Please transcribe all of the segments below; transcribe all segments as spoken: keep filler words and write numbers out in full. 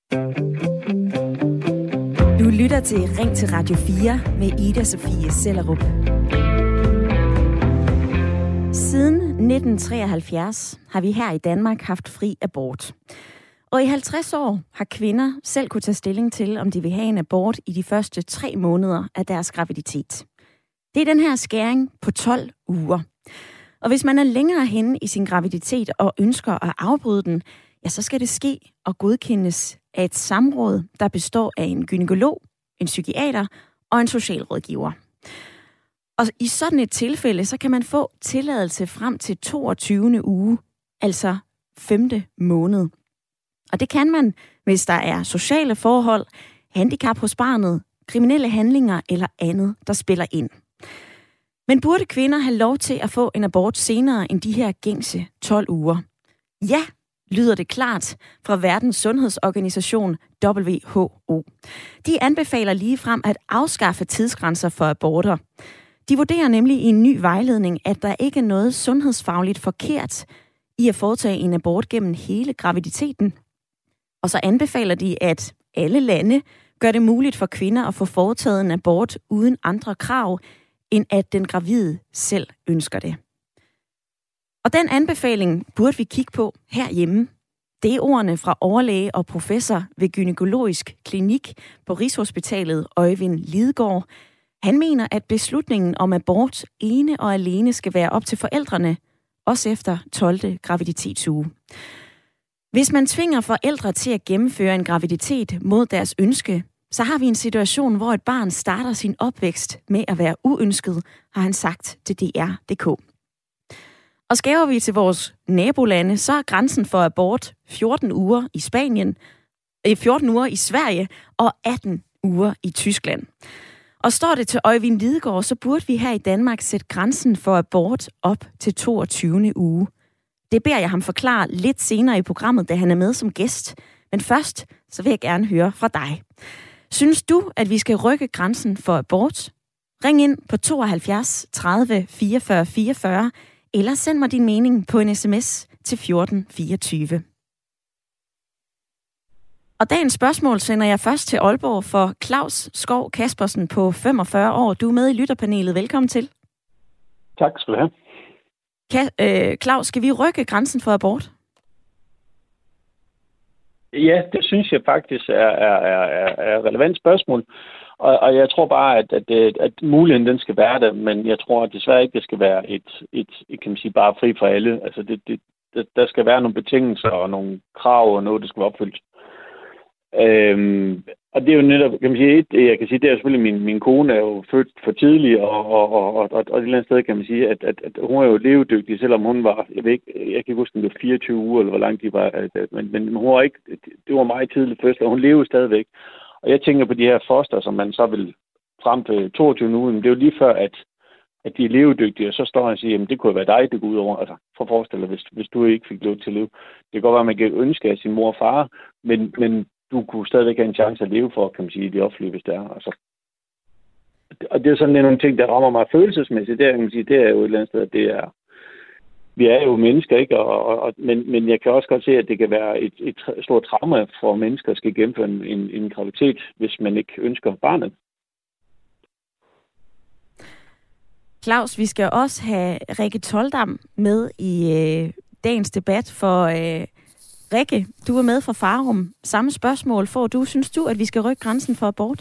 Du lytter til Ring til Radio fire med Ida Sofie Sellerup. Siden nitten treoghalvfjerds har vi her i Danmark haft fri abort. Og i halvtreds år har kvinder selv kunne tage stilling til, om de vil have en abort i de første tre måneder af deres graviditet. Det er den her skæring på tolv uger. Og hvis man er længere henne i sin graviditet og ønsker at afbryde den, ja, så skal det ske og godkendes af et samråd, der består af en gynækolog, en psykiater og en socialrådgiver. Og i sådan et tilfælde, så kan man få tilladelse frem til toogtyvende uge, altså femte måned. Og det kan man, hvis der er sociale forhold, handicap hos barnet, kriminelle handlinger eller andet, der spiller ind. Men burde kvinder have lov til at få en abort senere end de her gængse tolv uger? Ja, lyder det klart fra Verdens Sundhedsorganisation W H O. De anbefaler ligefrem at afskaffe tidsgrænser for aborter. De vurderer nemlig i en ny vejledning, at der ikke er noget sundhedsfagligt forkert i at foretage en abort gennem hele graviditeten. Og så anbefaler de, at alle lande gør det muligt for kvinder at få foretaget en abort uden andre krav, end at den gravide selv ønsker det. Og den anbefaling burde vi kigge på herhjemme. Det er ordene fra overlæge og professor ved gynækologisk klinik på Rigshospitalet, Øjvind Lidegaard. Han mener, at beslutningen om abort ene og alene skal være op til forældrene, også efter tolvte graviditetsuge. Hvis man tvinger forældre til at gennemføre en graviditet mod deres ønske, så har vi en situation, hvor et barn starter sin opvækst med at være uønsket, har han sagt til D R punktum d k. Og skæver vi til vores nabolande, så er grænsen for abort fjorten uger i Spanien, fjorten uger i Sverige og atten uger i Tyskland. Og står det til Øjvind Lidegaard, så burde vi her i Danmark sætte grænsen for abort op til toogtyvende uge. Det beder jeg ham forklare lidt senere i programmet, da han er med som gæst. Men først, så vil jeg gerne høre fra dig. Synes du, at vi skal rykke grænsen for abort? Ring ind på tooghalvfjerds tredive fireogfyrre fireogfyrre, eller send mig din mening på en sms til fjorten fireogtyve. Og dagens spørgsmål sender jeg først til Aalborg for Claus Skov Kaspersen på femogfyrre år. Du er med i lytterpanelet. Velkommen til. Tak skal du have. Ka- øh, Claus, skal vi rykke grænsen for abort? Ja, det synes jeg faktisk er, er, er, er et relevant spørgsmål. Og, og jeg tror bare, at, at, at muligheden den skal være der, men jeg tror at desværre ikke, det skal være et, et, et kan man sige, bare fri for alle. Altså det, det, der skal være nogle betingelser og nogle krav og noget, der skal være opfyldt. Øhm, og det er jo netop, kan man sige, et, jeg kan sige, det er selvfølgelig, min, min kone er jo født for tidligt, og, og, og, og, og et eller andet sted kan man sige, at, at, at hun er jo levedygtig, selvom hun var, jeg ved ikke, jeg kan ikke huske, om det var fireogtyve uger, eller hvor langt de var, at, men, men hun var ikke, det var meget tidligt først, og hun lever stadigvæk. Og jeg tænker på de her foster, som man så vil frem til toogtyvende uge, men det er jo lige før, at, at de er levedygtige, og så står han og siger, jamen det kunne være dig, det går ud over, altså for at forestille dig, hvis, hvis du ikke fik lov til at leve. Det kan godt være, at man kan ønske af sin mor og far, men, men du kunne stadigvæk have en chance at leve for, kan man sige, i det offentlige, hvis det er. Altså. Og det er sådan nogle ting, der rammer mig følelsesmæssigt. Det er, kan man sige, det er jo et eller andet sted, at det er, vi er jo mennesker, ikke? Og, og, men, men jeg kan også godt se, at det kan være et, et stort trauma for mennesker, der skal gennemføre en, en, en graviditet, hvis man ikke ønsker barnet. Claus, vi skal også have Rikke Toldam med i øh, dagens debat, for øh, Rikke, du er med fra Farum. Samme spørgsmål får du. Synes du, at vi skal rykke grænsen for abort?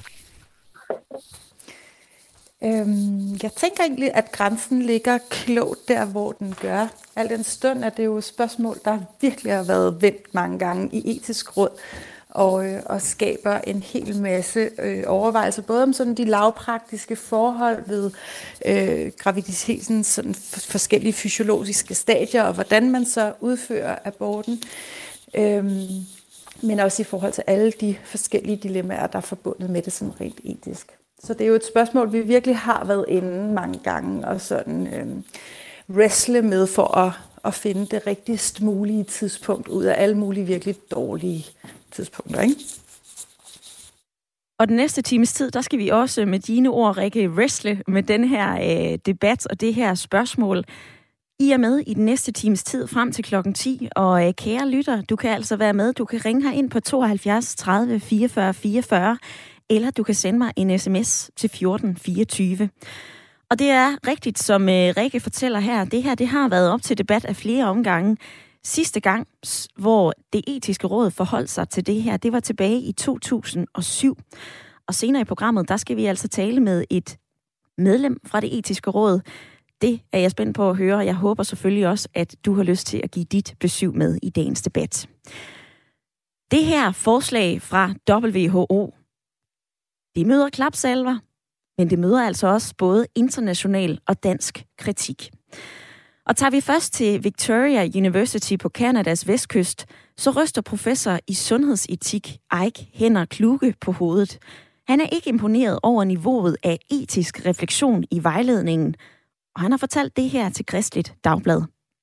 Øhm, jeg tænker egentlig, at grænsen ligger klogt der, hvor den gør. Al den stund er det jo et spørgsmål, der virkelig har været vendt mange gange i etisk råd, og, øh, og skaber en hel masse øh, overvejelser, både om sådan de lavpraktiske forhold ved øh, graviditetens sådan forskellige fysiologiske stadier, og hvordan man så udfører aborten, øhm, men også i forhold til alle de forskellige dilemmaer, der er forbundet med det sådan rent etisk. Så det er jo et spørgsmål, vi virkelig har været inde mange gange og sådan øhm, wrestle med for at, at finde det rigtigst mulige tidspunkt ud af alle mulige virkelig dårlige tidspunkter, ikke? Og den næste times tid, der skal vi også med dine ord, Rikke, wrestle med den her øh, debat og det her spørgsmål. I er med i den næste times tid frem til klokken ti, og øh, kære lytter, du kan altså være med. Du kan ringe her ind på tooghalvfjerds tredive fireogfyrre fireogfyrre, eller du kan sende mig en sms til fjorten fireogtyve. Og det er rigtigt, som øh, Rikke fortæller her. Det her det har været op til debat af flere omgange. Sidste gang, hvor det etiske råd forholdt sig til det her, det var tilbage i to tusind og syv. Og senere i programmet, der skal vi altså tale med et medlem fra det etiske råd. Det er jeg spændt på at høre, og jeg håber selvfølgelig også, at du har lyst til at give dit besøg med i dagens debat. Det her forslag fra W H O, det møder klapsalver, men det møder altså også både international og dansk kritik. Og tager vi først til Victoria University på Kanadas vestkyst, så ryster professor i sundhedsetik Eik Henner Kluge på hovedet. Han er ikke imponeret over niveauet af etisk refleksion i vejledningen, og han har fortalt det her til Kristeligt Dagblad.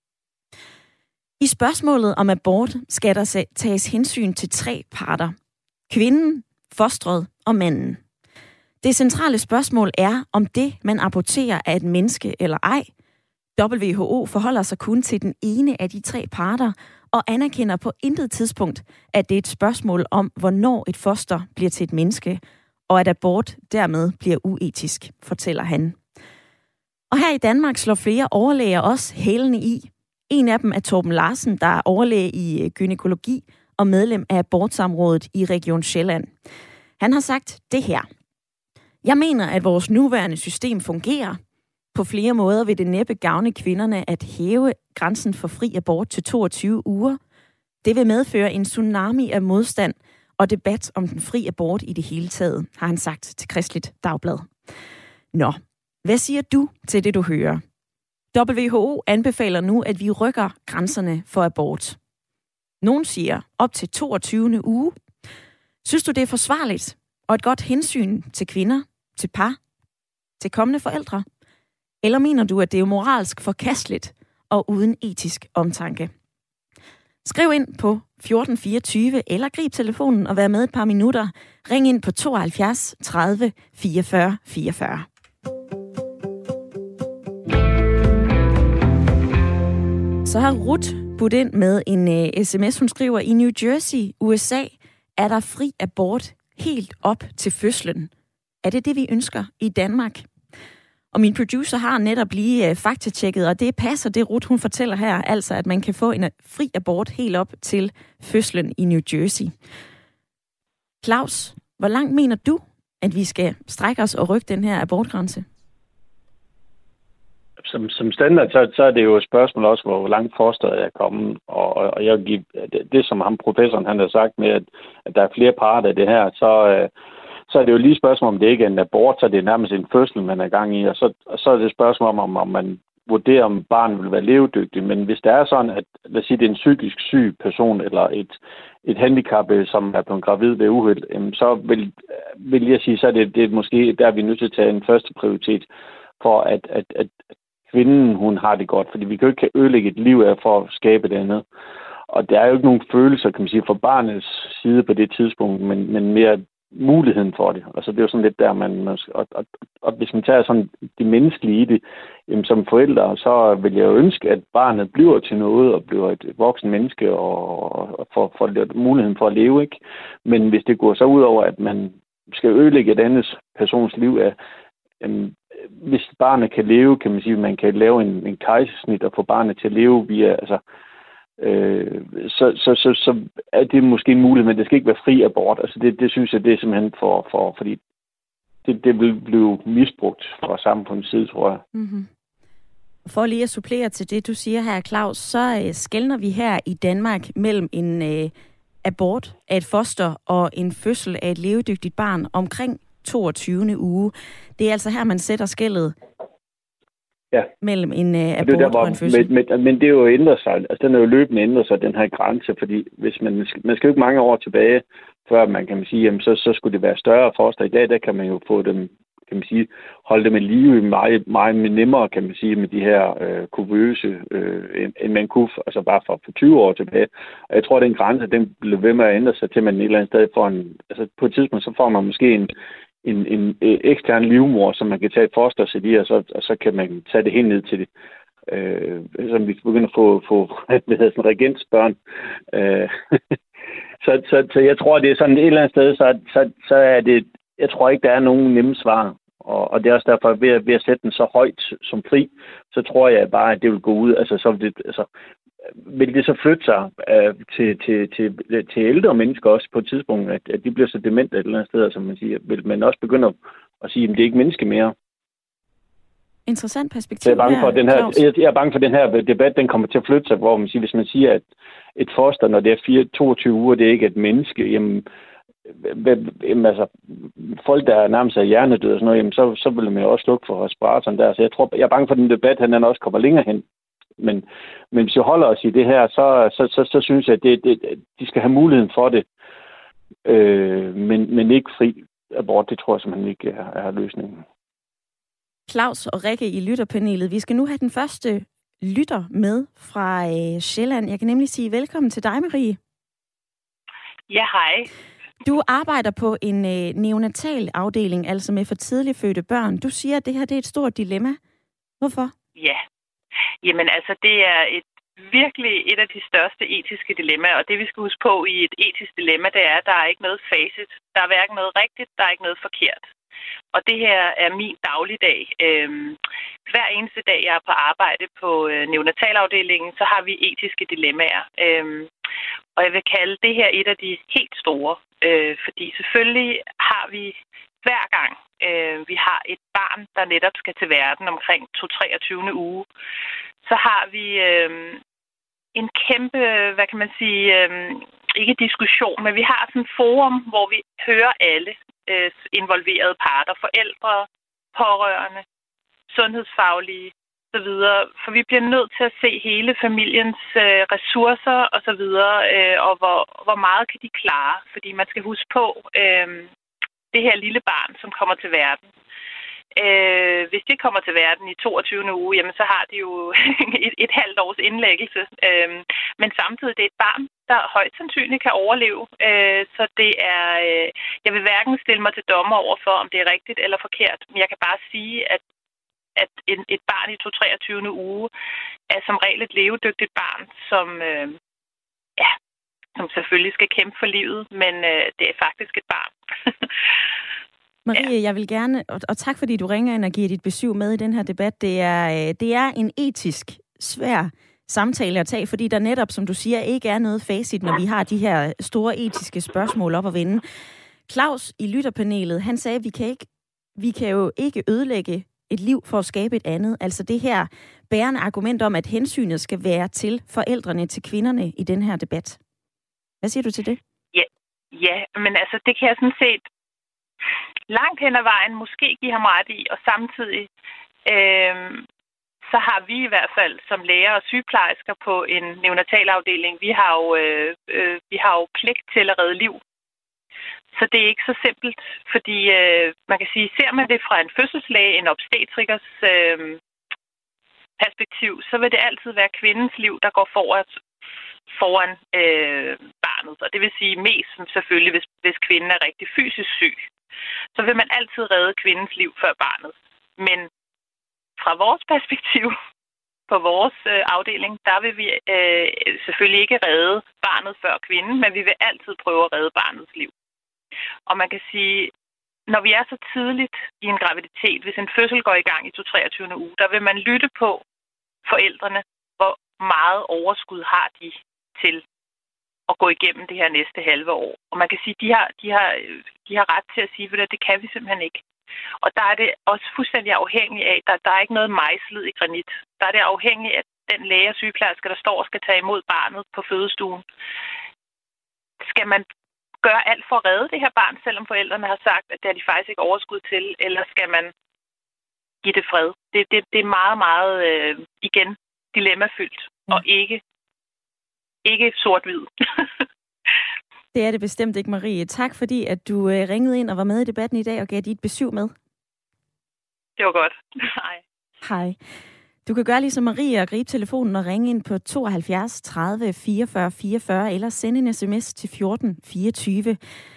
I spørgsmålet om abort skal der tages hensyn til tre parter. Kvinden, fostret og manden. Det centrale spørgsmål er, om det, man aborterer, er et menneske eller ej. W H O forholder sig kun til den ene af de tre parter og anerkender på intet tidspunkt, at det er et spørgsmål om, hvornår et foster bliver til et menneske, og at abort dermed bliver uetisk, fortæller han. Og her i Danmark slår flere overlæger også hælene i. En af dem er Torben Larsen, der er overlæge i gynækologi og medlem af abortsamrådet i Region Sjælland. Han har sagt det her. Jeg mener, at vores nuværende system fungerer. På flere måder vil det næppe gavne kvinderne at hæve grænsen for fri abort til toogtyve uger. Det vil medføre en tsunami af modstand og debat om den fri abort i det hele taget, har han sagt til Kristeligt Dagblad. Nå, hvad siger du til det, du hører? W H O anbefaler nu, at vi rykker grænserne for abort. Nogen siger op til toogtyvende uge. Synes du, det er forsvarligt og et godt hensyn til kvinder, til par, til kommende forældre? Eller mener du, at det er moralsk forkasteligt og uden etisk omtanke? Skriv ind på fjorten fireogtyve eller grib telefonen og vær med et par minutter. Ring ind på tooghalvfjerds tredive fireogfyrre fireogfyrre. Så har Ruth budt ind med en uh, sms, hun skriver, i New Jersey, U S A, er der fri abort helt op til fødslen. Er det det, vi ønsker i Danmark? Og min producer har netop lige uh, faktatjekket, og det passer det, Ruth hun fortæller her, altså at man kan få en fri abort helt op til fødslen i New Jersey. Claus, hvor langt mener du, at vi skal strække os og rykke den her abortgrænse? Som, som standard, så, så er det jo et spørgsmål også, hvor langt fosteret er kommet. Og, og jeg vil give, det, det, som ham professoren han har sagt med, at, at der er flere parter i det her, så, øh, så er det jo lige et spørgsmål, om det ikke er en abort, så det er nærmest en fødsel, man er gang i. Og så, og så er det et spørgsmål om, om man vurderer, om barnet vil være levedygtig. Men hvis det er sådan, at lad os sige, det er en psykisk syg person, eller et, et handicap, som er blevet gravid ved uheld, så vil, vil jeg sige, så er det, det er måske der, vi er nødt til at tage en første prioritet for, at, at, at kvinden, hun har det godt, fordi vi kan jo ikke ødelægge et liv af for at skabe det andet. Og der er jo ikke nogen følelser, kan man sige, fra barnets side på det tidspunkt, men, men mere muligheden for det. Altså det er jo sådan lidt der, man... Og, og, og hvis man tager sådan det menneskelige i det, jamen, som forældre, så vil jeg jo ønske, at barnet bliver til noget, og bliver et voksen menneske, og, og får, får muligheden for at leve, ikke? Men hvis det går så ud over, at man skal ødelægge et andet persons liv af... Jamen, hvis barnet kan leve, kan man sige, at man kan lave en, en kejsersnit og få barnet til at leve via, altså, øh, så, så, så, så er det måske en mulighed, men det skal ikke være fri abort. Altså det, det synes jeg, det er simpelthen for, for fordi det, det vil blive misbrugt fra samfundets side, tror jeg. Mm-hmm. For lige at supplere til det, du siger her, Claus, så øh, skelner vi her i Danmark mellem en øh, abort af et foster og en fødsel af et levedygtigt barn omkring toogtyvende uge. Det er altså her, man sætter skellet ja. mellem en uh, abort det der, hvor, og en fødsel. Men, men, men det er jo ændret sig. Altså, den er jo løbende ændret sig, den her grænse, fordi hvis man, man skal jo ikke mange år tilbage, før man kan man sige, jamen, så, så skulle det være større foster. I dag, der kan man jo få dem, kan man sige, holde dem i live meget, meget nemmere, kan man sige, med de her øh, kuvøse, øh, end man kunne, altså bare for, for tyve år tilbage. Og jeg tror, at den grænse, den bliver ved med at ændre sig til, man et eller andet sted får en, altså på et tidspunkt, så får man måske en En, en, en ekstern livmor, som man kan tage et foster til i, og så, og så kan man tage det helt ned til det øh, som vi begynder at få, få hvad hedder sådan, regensbørn. Øh, så, så, så jeg tror, det er sådan et eller andet sted, så, så, så er det, jeg tror ikke, der er nogen nemme svar. Og, og det er også derfor, ved at, ved at sætte den så højt som fri, så tror jeg bare, at det vil gå ud. Altså, så vil det, altså, vil det så flytte sig øh, til, til, til, til ældre mennesker også på et tidspunkt, at, at de bliver så demente et eller andet sted, som man siger, vil man også begynde at, at sige, at det er ikke menneske mere. Interessant perspektiv. Så jeg er bange for, her, den her, jeg, jeg er bange for, at den her debat, den kommer til at flytte sig, hvor man siger, hvis man siger, at et foster, når det er fire, toogtyve uger, det er ikke et menneske, jamen, jamen altså, folk, der nærmest er hjernedød og sådan noget, jamen, så, så vil man jo også slukke for respiratoren der. Så jeg tror, jeg er bange for, at den debat, den også kommer længere hen. Men, men hvis vi holder os i det her, så, så, så, så synes jeg, at det, det, de skal have muligheden for det. Øh, men, men ikke fri abort, det tror jeg simpelthen ikke er, er løsningen. Claus og Rikke i lytterpanelet. Vi skal nu have den første lytter med fra øh, Sjælland. Jeg kan nemlig sige velkommen til dig, Marie. Ja, hej. Du arbejder på en øh, neonatal afdeling, altså med for tidligt fødte børn. Du siger, at det her det er et stort dilemma. Hvorfor? Ja. Jamen altså, det er et virkelig et af de største etiske dilemmaer, og det vi skal huske på i et etisk dilemma, det er, at der er ikke noget facit. Der er hverken noget rigtigt, der er ikke noget forkert. Og det her er min dagligdag. Øhm, hver eneste dag, jeg er på arbejde på øh, neonatalafdelingen, så har vi etiske dilemmaer. Øhm, og jeg vil kalde det her et af de helt store, øh, fordi selvfølgelig har vi hver gang, øh, vi har et barn, der netop skal til verden omkring treogtyvende uge, så har vi øh, en kæmpe, hvad kan man sige, øh, ikke diskussion, men vi har sådan et forum, hvor vi hører alle øh, involverede parter, forældre, pårørende, sundhedsfaglige osv., for vi bliver nødt til at se hele familiens øh, ressourcer osv., øh, og hvor, hvor meget kan de klare, fordi man skal huske på, øh, det her lille barn, som kommer til verden. Øh, hvis de kommer til verden i toogtyvende uge, jamen så har de jo et, et halvt års indlæggelse. Øh, men samtidig det er et barn, der højst sandsynligt kan overleve. Øh, så det er, øh, jeg vil hverken stille mig til dommer over for, om det er rigtigt eller forkert. Men jeg kan bare sige, at, at en, et barn i toogtyvende uge er som regel et levedygtigt barn, som, øh, ja, som selvfølgelig skal kæmpe for livet, men øh, det er faktisk et barn. Marie, ja. Jeg vil gerne, og, og tak fordi du ringer ind og giver dit besøg med i den her debat. Det er, det er en etisk svær samtale at tage, fordi der netop, som du siger, ikke er noget facit, når vi har de her store etiske spørgsmål op at vende. Claus i lytterpanelet, han sagde, at vi kan, ikke, vi kan jo ikke ødelægge et liv for at skabe et andet. Altså det her bærende argument om, at hensynet skal være til forældrene, til kvinderne i den her debat. Hvad siger du til det? Ja, ja, men altså det kan jeg sådan set langt hen ad vejen måske give ham ret i, og samtidig øh, så har vi i hvert fald som læger og sygeplejersker på en neonatalafdeling, vi har jo, øh, øh, vi har jo pligt til at redde liv. Så det er ikke så simpelt, fordi øh, man kan sige, ser man det fra en fødselslæge, en obstetrikers øh, perspektiv, så vil det altid være kvindens liv, der går foran, foran øh, barnet. Og det vil sige mest selvfølgelig, hvis, hvis kvinden er rigtig fysisk syg. Så vil man altid redde kvindens liv før barnet. Men fra vores perspektiv, på vores øh, afdeling, der vil vi øh, selvfølgelig ikke redde barnet før kvinden, men vi vil altid prøve at redde barnets liv. Og man kan sige, når vi er så tidligt i en graviditet, hvis en fødsel går i gang i toogtyvende uge, der vil man lytte på forældrene, hvor meget overskud har de til at gå igennem det her næste halve år. Og man kan sige, de har, de har, de har ret til at sige, at det kan vi simpelthen ikke. Og der er det også fuldstændig afhængigt af, der, der er ikke noget mejslet i granit. Der er det afhængigt af den læge og sygeplejerske, der står og skal tage imod barnet på fødestuen. Skal man gøre alt for at redde det her barn, selvom forældrene har sagt, at det har de faktisk ikke overskud til, eller skal man give det fred? Det, det, det er meget, meget, øh, igen, dilemmafyldt, ja. Og ikke, ikke sort-hvid. Det er det bestemt ikke, Marie. Tak fordi, at du øh, ringede ind og var med i debatten i dag og gav dit besøg med. Det var godt. Hej. Hej. Du kan gøre ligesom Marie og gribe telefonen og ringe ind på tooghalvfjerds tredive fireogfyrre fireogfyrre eller sende en sms til fjorten fireogtyve.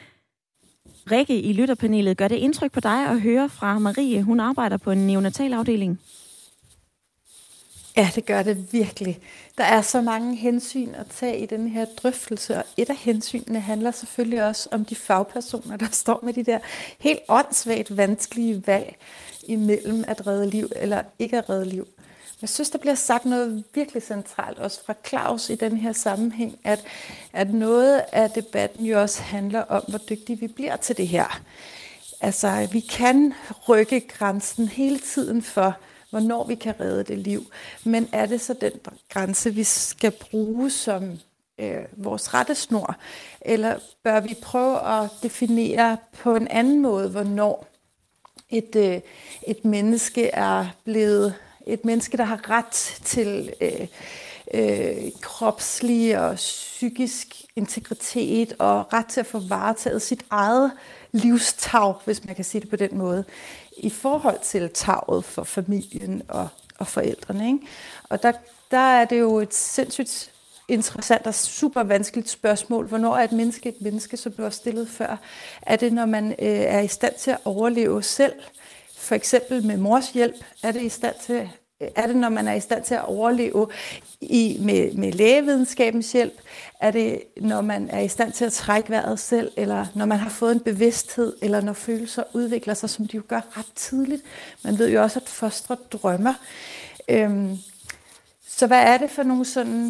Rikke i lytterpanelet, gør det indtryk på dig at høre fra Marie? Hun arbejder på en neonatalafdeling. Ja, det gør det virkelig. Der er så mange hensyn at tage i den her drøftelse, og et af hensynene handler selvfølgelig også om de fagpersoner, der står med de der helt åndssvagt vanskelige valg imellem at redde liv eller ikke at redde liv. Jeg synes, der bliver sagt noget virkelig centralt, også fra Claus i den her sammenhæng, at, at noget af debatten jo også handler om, hvor dygtige vi bliver til det her. Altså, vi kan rykke grænsen hele tiden for, hvornår vi kan redde det liv. Men er det så den grænse, vi skal bruge som øh, vores rettesnor? Eller bør vi prøve at definere på en anden måde, hvornår et, øh, et menneske er blevet et menneske, der har ret til øh, øh, kropslig og psykisk integritet og ret til at få varetaget sit eget livstag, hvis man kan sige det på den måde, i forhold til taget for familien og, og forældrene. Ikke? Og der, der er det jo et sindssygt interessant og super vanskeligt spørgsmål. Hvornår er et menneske et menneske, som blev stillet før? Er det, når man øh, er i stand til at overleve selv? For eksempel med mors hjælp, er det i stand til, er det, når man er i stand til at overleve i, med, med lægevidenskabens hjælp? Er det, når man er i stand til at trække vejret selv, eller når man har fået en bevidsthed, eller når følelser udvikler sig, som de jo gør ret tidligt? Man ved jo også, at fostre drømmer. Øhm, så hvad er det for nogle sådan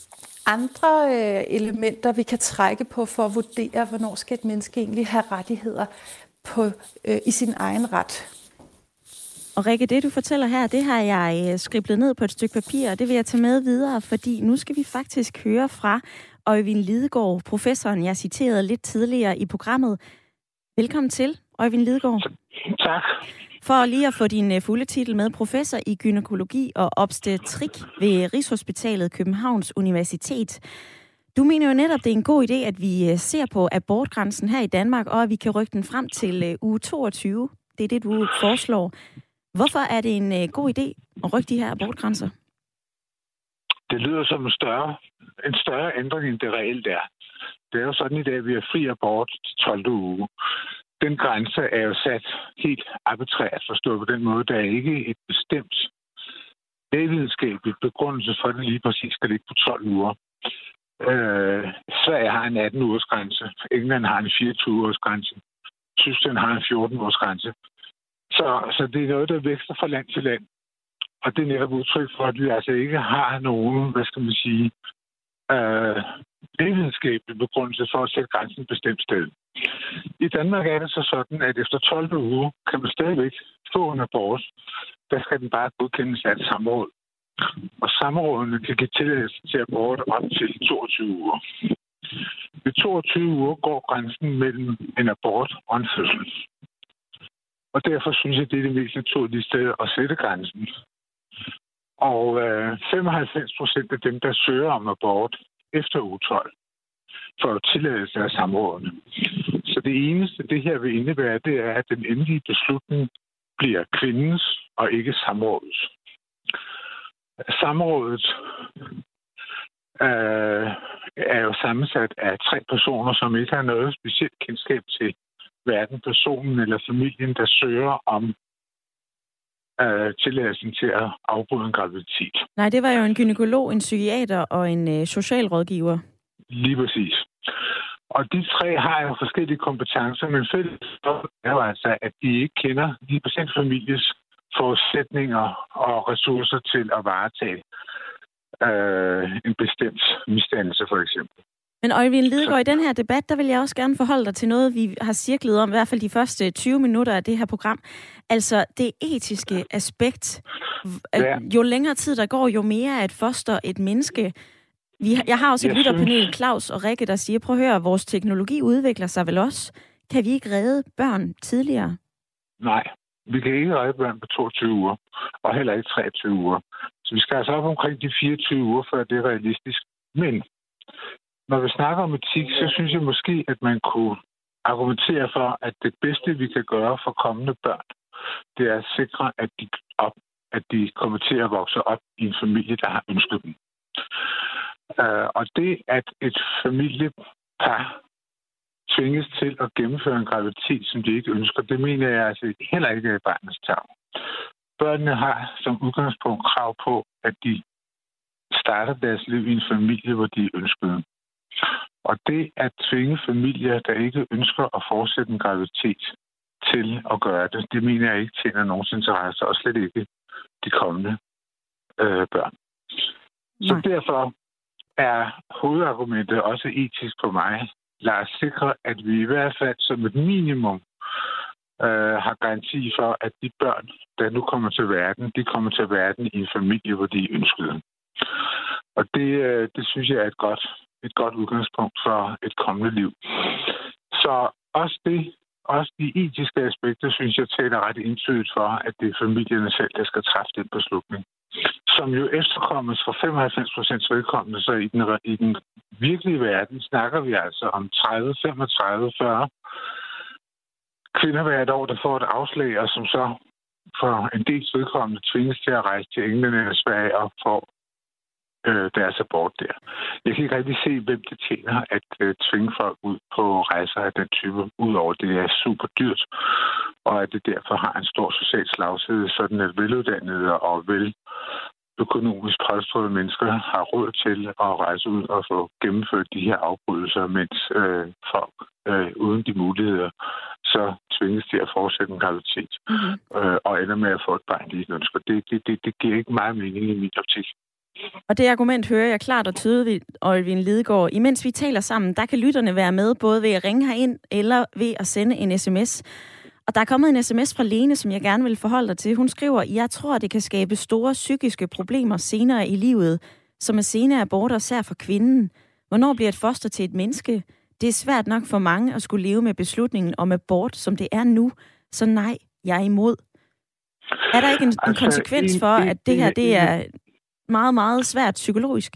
andre øh, elementer, vi kan trække på for at vurdere, hvornår skal et menneske egentlig have rettigheder på, øh, i sin egen ret? Og Rikke, det du fortæller her, det har jeg skriblet ned på et stykke papir, og det vil jeg tage med videre, fordi nu skal vi faktisk høre fra Øjvind Lidegaard, professoren, jeg citerede lidt tidligere i programmet. Velkommen til, Øjvind Lidegaard. Tak. For lige at få din fulde titel med, professor i gynækologi og obstetrik ved Rigshospitalet Københavns Universitet. Du mener jo netop, det er en god idé, at vi ser på abortgrænsen her i Danmark, og at vi kan rykke den frem til uge toogtyve. Det er det, du foreslår. Hvorfor er det en uh, god idé at rykke de her abortgrænser? Det lyder som en større, en større ændring, end det reelt er. Det er jo sådan i dag, at vi har fri abort til tolvte uge. Den grænse er jo sat helt arbitrært, forstået på den måde. Der er ikke et bestemt lægevidenskabeligt begrundelse for, at den lige præcis skal ligge på tolv uger. Øh, Sverige har en atten ugers grænse. England har en fireogtyve ugers grænse. Tyskland har en fjorten ugers grænse. Så, så det er noget, der vækster fra land til land. Og det er netop udtryk for, at vi altså ikke har nogen, hvad skal man sige, øh, lægevidenskabelig begrundelse for at sætte grænsen et bestemt sted. I Danmark er det så sådan, at efter tolvte uge kan man stadigvæk få en abort. Der skal den bare godkendes af et samråd. Og samrådene kan give tilladelse til abort op til toogtyve uger. Ved toogtyve uger går grænsen mellem en abort og en fødsel. Og derfor synes jeg, det er det mest naturlige sted at sætte grænsen. Og øh, femoghalvfems procent af dem, der søger om abort efter uge tolv, får tilladelse af samrådene. Så det eneste, det her vil indebære, det er, at den endelige beslutning bliver kvindens og ikke samrådets. Samrådet øh, er jo sammensat af tre personer, som ikke har noget specielt kendskab til hverken personen eller familien, der søger om øh, tilladelsen til at afbryde en graviditet. Nej, det var jo en gynækolog, en psykiater og en øh, socialrådgiver. Lige præcis. Og de tre har jo forskellige kompetencer, men fælles er jo altså, at de ikke kender lige bestemt families forudsætninger og ressourcer til at varetage øh, en bestemt misdannelse, for eksempel. Men Øjvind Lidegaard, i den her debat, der vil jeg også gerne forholde dig til noget, vi har cirklet om, i hvert fald de første tyve minutter af det her program. Altså det etiske aspekt. Ja. Jo længere tid der går, jo mere er et foster et menneske. Vi, jeg har også et lytterpanel, Claus og Rikke, der siger, prøv at høre, vores teknologi udvikler sig vel også. Kan vi ikke redde børn tidligere? Nej, vi kan ikke redde børn på toogtyve uger, og heller ikke treogtyve uger. Så vi skal altså op omkring de fireogtyve uger, før det er realistisk. Men når vi snakker om etik, så synes jeg måske, at man kunne argumentere for, at det bedste, vi kan gøre for kommende børn, det er at sikre, at de, op, at de kommer til at vokse op i en familie, der har ønsket dem. Uh, og det, at et familiepar tvinges til at gennemføre en graviditet, som de ikke ønsker, det mener jeg altså heller ikke er barnets tarv. Børnene har som udgangspunkt krav på, at de starter deres liv i en familie, hvor de ønskede. Og det at tvinge familier, der ikke ønsker at fortsætte en graviditet, til at gøre det, det mener jeg ikke tjener nogens interesse, og slet ikke de kommende øh, børn. Nej. Så derfor er hovedargumentet også etisk på mig. Lad os sikre, at vi i hvert fald som et minimum øh, har garanti for, at de børn, der nu kommer til verden, de kommer til verden i en familie, hvor de ønskede. Og det, øh, det synes jeg er et godt, et godt udgangspunkt for et kommende liv. Så også det, også de etiske aspekter, synes jeg taler ret entydigt for, at det er familierne selv, der skal træffe den beslutning. Som jo efterkommes for femoghalvfems procent vedkommende, så i den, i den virkelige verden snakker vi altså om tredive, femogtredive, fyrre kvinder hvert år, der får et afslag, og som så for en del vedkommende tvinges til at rejse til England eller Sverige og få øh, deres abort der. Jeg kan ikke rigtig se, hvem det tjener at øh, tvinge folk ud på rejser af den type, udover det er super dyrt, og at det derfor har en stor social slagside, sådan at veluddannede og vel økonomisk polstrede mennesker har råd til at rejse ud og få gennemført de her afbrydelser, mens øh, folk øh, uden de muligheder så tvinges til at fortsætte en graviditet mm-hmm. øh, og ender med at få et barn, de ikke ønsker. Det, det, det, det giver ikke meget mening i min optik. Og det argument hører jeg klart og tydeligt, Øjvind Lidegaard. Imens vi taler sammen, der kan lytterne være med, både ved at ringe herind eller ved at sende en sms. Og der er kommet en sms fra Lene, som jeg gerne vil forholde dig til. Hun skriver, jeg tror, det kan skabe store psykiske problemer senere i livet, som er sene aborter, især for kvinden. Hvornår bliver et foster til et menneske? Det er svært nok for mange at skulle leve med beslutningen om abort, som det er nu. Så nej, jeg er imod. Er der ikke en, altså, en konsekvens for, at det her det er meget, meget svært psykologisk?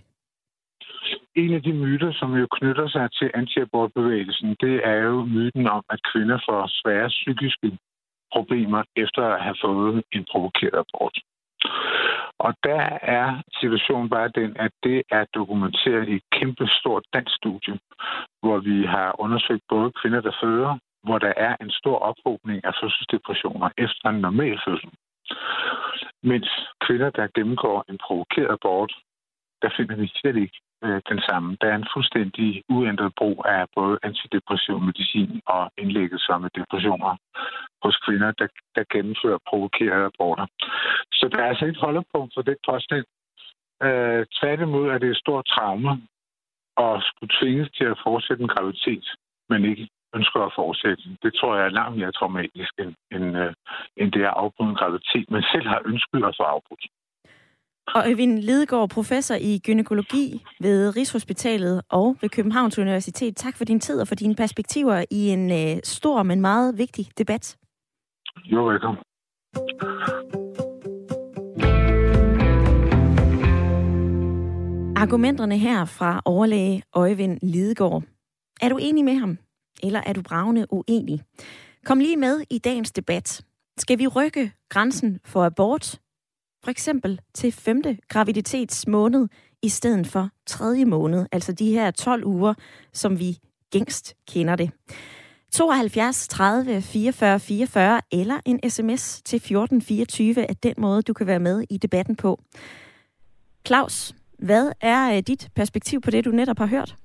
En af de myter, som jo knytter sig til antiabortbevægelsen, det er jo myten om, at kvinder får svære psykiske problemer efter at have fået en provokeret abort. Og der er situationen bare den, at det er dokumenteret i et kæmpe stort dansk studie, hvor vi har undersøgt både kvinder, der føder, hvor der er en stor ophobning af fødselsdepressioner efter en normal fødsel. Mens kvinder, der gennemgår en provokeret abort, der finder vi slet ikke øh, den samme. Der er en fuldstændig uændret brug af både antidepressiv medicin og indlæggelser med depressioner hos kvinder, der, der gennemfører provokerede aborter. Så der er altså et holdepunkt for det påstand. Øh, tværtimod er det et stort traume at skulle tvinges til at fortsætte en graviditet, men ikke ønsker at fortsætte. Det tror jeg er langt mere traumatisk, end, end, øh, end det at afbryde en graviditet, men selv har ønsket at få afbrudt. Og Øjvind Lidegaard, professor i gynækologi ved Rigshospitalet og ved Københavns Universitet. Tak for din tid og for dine perspektiver i en øh, stor, men meget vigtig debat. Jo, velkommen. Argumenterne her fra overlæge Øjvind Lidegaard. Er du enig med ham, eller er du bragende uenig? Kom lige med i dagens debat. Skal vi rykke grænsen for abort, for eksempel til femte graviditetsmåned, i stedet for tredje måned, altså de her tolv uger, som vi gængst kender det? tooghalvfjerds tredive fireogfyrre fireogfyrre eller en sms til fjorten fireogtyve er den måde, du kan være med i debatten på. Claus, hvad er dit perspektiv på det, du netop har hørt?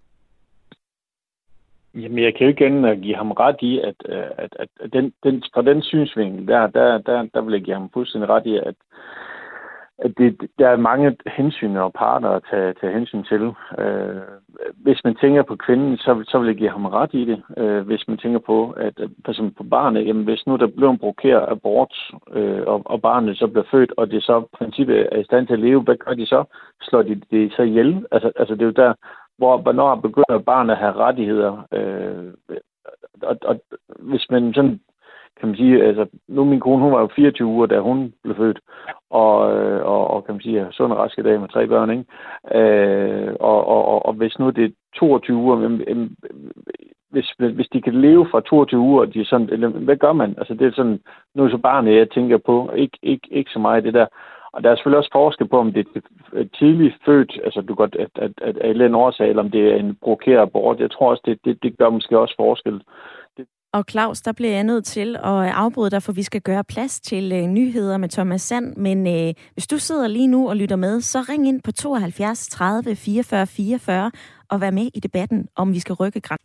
Jamen, jeg kan jo igen give ham ret i, at, at, at, at den, den, fra den synsvinkel, der, der, der, der vil jeg give ham fuldstændig ret i, at, at det, der er mange hensyn og parter at tage, tage hensyn til. Øh, hvis man tænker på kvinden, så, så vil jeg give ham ret i det. Øh, hvis man tænker på, at for eksempel på barnet, jamen, hvis nu der bliver en provokeret abort, øh, og, og barnet så bliver født, og det så i princippet er i stand til at leve, hvad gør de så? Slår de det så ihjel? Altså, altså det er jo der, hvor, hvornår begynder barnet at have rettigheder. Øh, og, og hvis man sådan, kan man sige, altså, nu min kone, hun var jo fireogtyve uger, da hun blev født, og, og, og kan man sige, sund og raske dage med tre børn, ikke? Øh, og, og, og hvis nu det er toogtyve uger, men, hvis, hvis de kan leve fra toogtyve uger, de er sådan, eller, hvad gør man? Altså, det er sådan, nu er så barnet, jeg tænker på, ikke, ikke, ikke så meget det der. Og der er selvfølgelig også forskel på, om det er tidligt født, altså du godt, at, at, at, at en årsag, eller om det er en provokeret abort. Jeg tror også, det, det, det gør måske også forskel. Og Claus, der bliver jeg nødt til at afbryde dig, for vi skal gøre plads til øh, nyheder med Thomas Sand. Men øh, hvis du sidder lige nu og lytter med, så ring ind på tooghalvfjerds tredive fireogfyrre fireogfyrre og vær med i debatten, om vi skal rykke grænsen.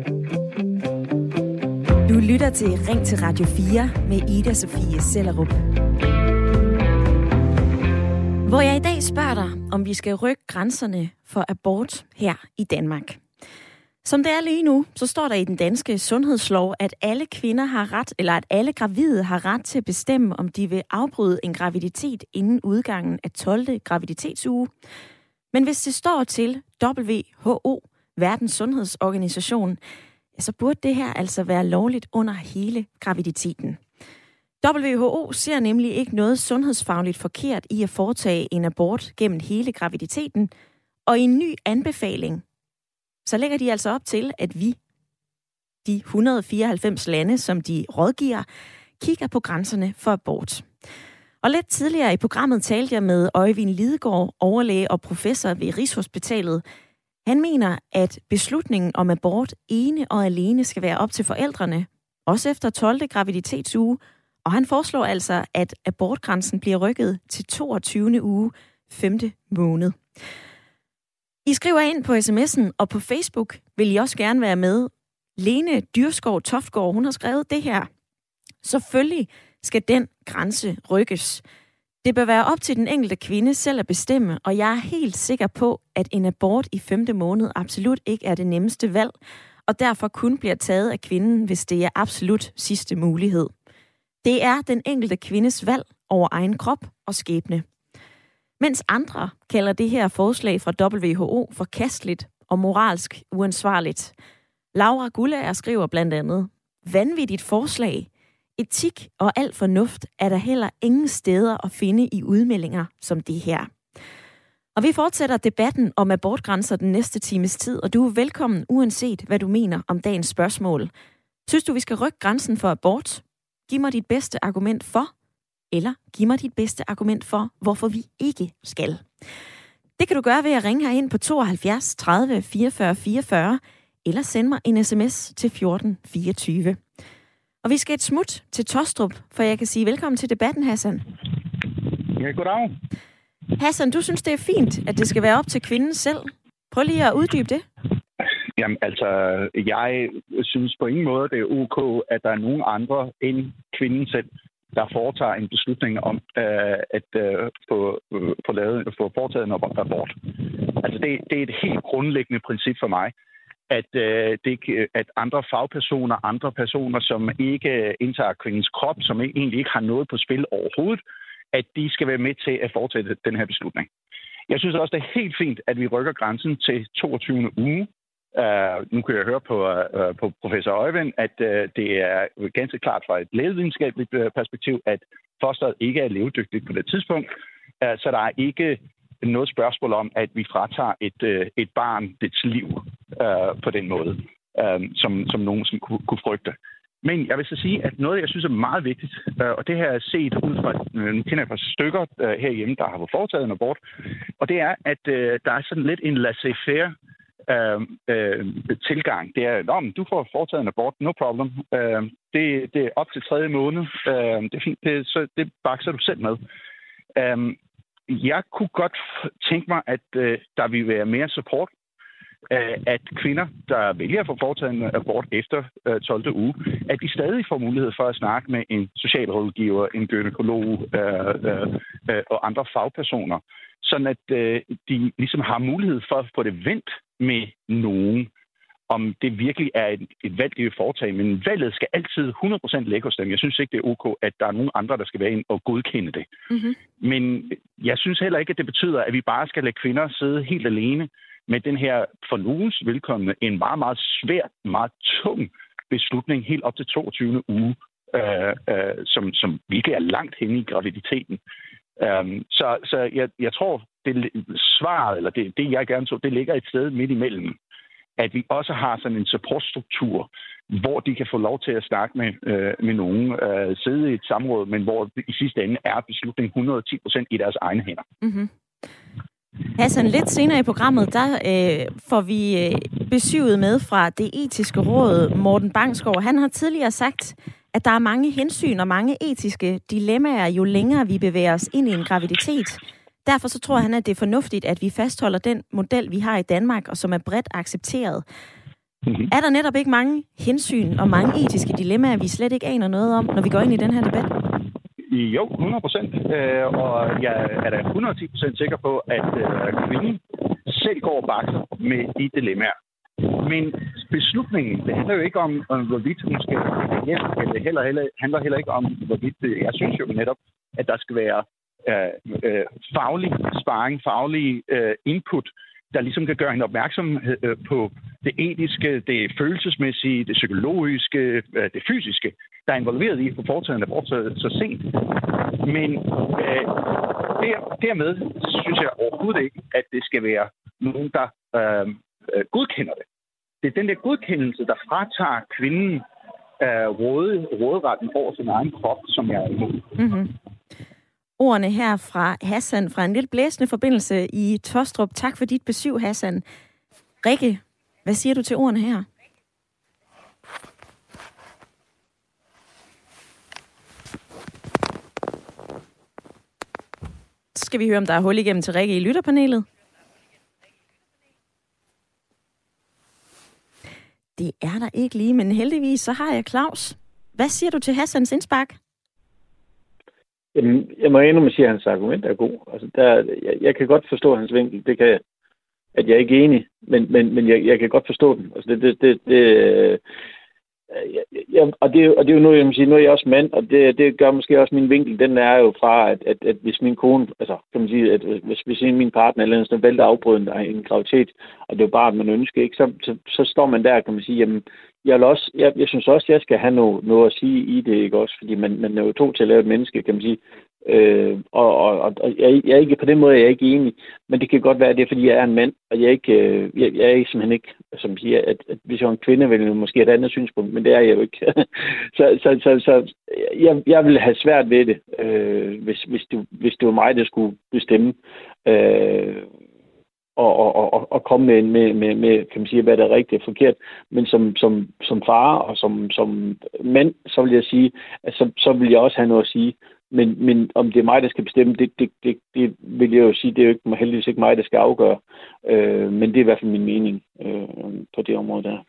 Du lytter til Ring til Radio fire med Ida Sofie Sellerup. Hvor jeg i dag spørger dig, om vi skal rykke grænserne for abort her i Danmark. Som det er lige nu, så står der i den danske sundhedslov, at alle kvinder har ret, eller at alle gravide har ret til at bestemme, om de vil afbryde en graviditet inden udgangen af tolvte graviditetsuge. Men hvis det står til W H O, Verdens Sundhedsorganisation, så burde det her altså være lovligt under hele graviditeten. W H O ser nemlig ikke noget sundhedsfagligt forkert i at foretage en abort gennem hele graviditeten, og i en ny anbefaling, så lægger de altså op til, at vi, de et hundrede fireoghalvfems lande, som de rådgiver, kigger på grænserne for abort. Og lidt tidligere i programmet talte jeg med Øjvind Lidegaard, overlæge og professor ved Rigshospitalet. Han mener, at beslutningen om abort ene og alene skal være op til forældrene, også efter tolvte graviditetsuge, og han foreslår altså, at abortgrænsen bliver rykket til toogtyvende uge, femte måned. I skriver ind på sms'en, og på Facebook vil I også gerne være med. Lene Dyrskov Toftgaard, hun har skrevet det her. Selvfølgelig skal den grænse rykkes. Det bør være op til den enkelte kvinde selv at bestemme, og jeg er helt sikker på, at en abort i femte måned absolut ikke er det nemmeste valg, og derfor kun bliver taget af kvinden, hvis det er absolut sidste mulighed. Det er den enkelte kvindes valg over egen krop og skæbne. Mens andre kalder det her forslag fra W H O forkasteligt og moralsk uansvarligt. Laura Gullager skriver blandt andet, vanvittigt forslag. Etik og al fornuft er der heller ingen steder at finde i udmeldinger som det her. Og vi fortsætter debatten om abortgrænser den næste times tid, og du er velkommen uanset hvad du mener om dagens spørgsmål. Synes du, vi skal rykke grænsen for abort? Giv mig dit bedste argument for, eller giv mig dit bedste argument for, hvorfor vi ikke skal. Det kan du gøre ved at ringe herind på tooghalvfjerds tredive fireogfyrre fireogfyrre, eller send mig en sms til fjorten fireogtyve. Og vi skal et smut til Tostrup, for jeg kan sige velkommen til debatten, Hassan. Ja, goddag. Hassan, du synes, det er fint, at det skal være op til kvinden selv. Prøv lige at uddybe det. Jamen, altså, jeg synes på ingen måde, det er ok, at der er nogen andre end kvinden selv, der foretager en beslutning om øh, at øh, få, øh, få, lavet, få foretaget en abort. Altså, det, det er et helt grundlæggende princip for mig, at, øh, det, at andre fagpersoner, andre personer, som ikke indtager kvindens krop, som egentlig ikke har noget på spil overhovedet, at de skal være med til at foretage den her beslutning. Jeg synes også, det er helt fint, at vi rykker grænsen til toogtyvende uge. Uh, nu kan jeg høre på, uh, på professor Øjvind, at uh, det er ganske klart fra et lægevidenskabeligt uh, perspektiv, at fosteret ikke er levedygtigt på det tidspunkt. Uh, så der er ikke noget spørgsmål om, at vi fratager et, uh, et barn dets liv uh, på den måde, uh, som, som nogen som kunne, kunne frygte. Men jeg vil så sige, at noget, jeg synes er meget vigtigt, uh, og det har jeg set ud fra, uh, nu kender jeg fra stykker uh, herhjemme, der har foretaget en abort, og det er, at uh, der er sådan lidt en laissez-faire Øh, øh, tilgang. Det er, om du får foretaget en abort, no problem. Øh, det, det er op til tredje måned. Øh, det er fint. Det, så det bakser du selv med. Øh, jeg kunne godt tænke mig, at øh, der vil være mere support, øh, at kvinder, der vælger at få foretaget en abort efter øh, tolvte uge, at de stadig får mulighed for at snakke med en socialrådgiver, en gynækolog øh, øh, øh, og andre fagpersoner, sådan at øh, de ligesom har mulighed for at få det vendt med nogen, om det virkelig er et, et valg, de vil foretage. Men valget skal altid hundrede procent ligge hos dem. Jeg synes ikke, det er ok, at der er nogen andre, der skal være ind og godkende det. Mm-hmm. Men jeg synes heller ikke, at det betyder, at vi bare skal lade kvinder sidde helt alene med den her for nogens velkomne en meget, meget svær, meget tung beslutning helt op til toogtyvende uge, øh, øh, som, som virkelig er langt henne i graviditeten. Um, så så jeg, jeg tror, det svaret, eller det, det jeg gerne så, det ligger et sted midt imellem. At vi også har sådan en supportstruktur, hvor de kan få lov til at snakke med, øh, med nogen, øh, sidde i et samråd, men hvor i sidste ende er beslutningen hundrede og ti procent i deres egne hænder. Mm-hmm. Hassan, lidt senere i programmet, der øh, får vi øh, besøget med fra Det Etiske Råd, Morten Bangsgaard. Han har tidligere sagt, at der er mange hensyn og mange etiske dilemmaer, jo længere vi bevæger os ind i en graviditet. Derfor så tror han, at det er fornuftigt, at vi fastholder den model, vi har i Danmark, og som er bredt accepteret. Mm-hmm. Er der netop ikke mange hensyn og mange etiske dilemmaer, vi slet ikke aner noget om, når vi går ind i den her debat? Jo, hundrede procent. Øh, og jeg er da hundrede og ti procent sikker på, at øh, kvinden selv går og bakser med de dilemmaer. Men beslutningen, det handler jo ikke om, om hvorvidt hun skal hjem, eller det heller, heller, handler heller ikke om, hvorvidt det, jeg synes jo netop, at der skal være øh, øh, faglig sparring, faglig øh, input, der ligesom kan gøre hende opmærksom øh, på det etiske, det følelsesmæssige, det psykologiske, øh, det fysiske, der er involveret i at få foretaget en abort så, så sent. Men øh, der, dermed synes jeg overhovedet ikke, at det skal være nogen, der øh, øh, godkender det. Det er den der godkendelse, der fratager kvinden øh, råde, råderetten over sin egen krop, som jeg er imod. Mm-hmm. Ordene her fra Hassan fra en lidt blæsende forbindelse i Tostrup. Tak for dit besøg, Hassan. Rikke, hvad siger du til ordene her? Så skal vi høre, om der er hul igennem til Rikke i lytterpanelet. Det er der ikke lige, men heldigvis så har jeg Claus. Hvad siger du til Hassans indspark? Jamen, jeg må endnu med sige, at hans argument er god. Altså, der, jeg, jeg kan godt forstå hans vinkel. Det kan jeg, at jeg er ikke enig, men, men, men jeg, jeg kan godt forstå den. Altså, det, det, det, det, jeg, jeg, og, det, og det er jo nu, jeg må sige, nu er jeg også mand, og det, det gør måske også min vinkel. Den er jo fra, at, at, at hvis min kone, altså kan man sige, at hvis, hvis min partner eller andet vælter afbryden af en graviditet, og det er jo bare, at man ønsker, ikke, så, så, så står man der, kan man sige, jamen, jeg, vil også, jeg, jeg synes også, at jeg skal have noget, noget at sige i det, ikke også? Fordi man, man er jo to til at lave et menneske, kan man sige. Øh, og og, og jeg, jeg er ikke, på den måde er jeg ikke enig. Men det kan godt være, at det er, fordi jeg er en mand, og jeg er ikke, jeg, jeg er ikke simpelthen ikke, som siger, at, at hvis jeg er en kvinde, vil jeg måske have et andet synspunkt, men det er jeg jo ikke. så så, så, så jeg, jeg vil have svært ved det, øh, hvis, hvis, det, hvis det var mig, der skulle bestemme. Øh, Og, og, og, og komme med, med, med, med, kan man sige, hvad der er rigtigt og forkert. Men som, som, som far og som, som mand, så vil jeg sige, at så, så vil jeg også have noget at sige. Men, men om det er mig, der skal bestemme, det, det, det, det vil jeg jo sige, det er jo ikke, heldigvis ikke mig, der skal afgøre. Øh, men det er i hvert fald min mening øh, på det område der.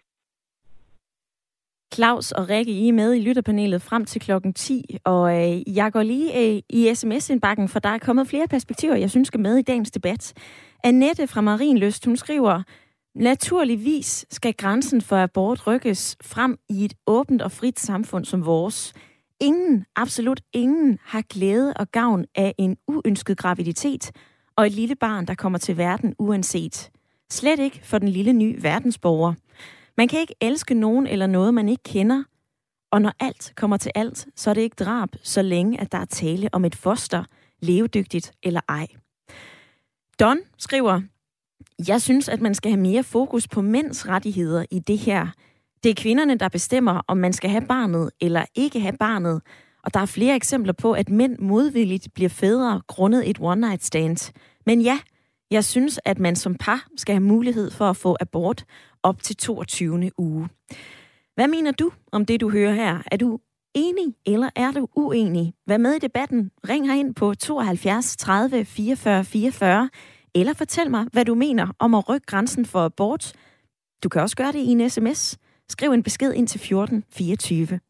Claus og Rikke, I er med i lytterpanelet frem til klokken ti, og øh, jeg går lige øh, i sms-indbakken, for der er kommet flere perspektiver, jeg synes skal med i dagens debat. Annette fra Marienlyst, hun skriver, naturligvis skal grænsen for abort rykkes frem i et åbent og frit samfund som vores. Ingen, absolut ingen, har glæde og gavn af en uønsket graviditet og et lille barn, der kommer til verden uanset. Slet ikke for den lille ny verdensborger. Man kan ikke elske nogen eller noget, man ikke kender. Og når alt kommer til alt, så er det ikke drab, så længe at der er tale om et foster, levedygtigt eller ej. Don skriver, jeg synes, at man skal have mere fokus på mænds rettigheder i det her. Det er kvinderne, der bestemmer, om man skal have barnet eller ikke have barnet. Og der er flere eksempler på, at mænd modvilligt bliver fædre grundet et one-night stand. Men ja, jeg synes, at man som par skal have mulighed for at få abort op til toogtyvende uge. Hvad mener du om det, du hører her? Er du enig, eller er du uenig? Vær med i debatten. Ring herind på tooghalvfjerds tredive fireogfyrre fireogfyrre, eller fortæl mig, hvad du mener om at rykke grænsen for abort. Du kan også gøre det i en sms. Skriv en besked ind til fjorten fireogtyve.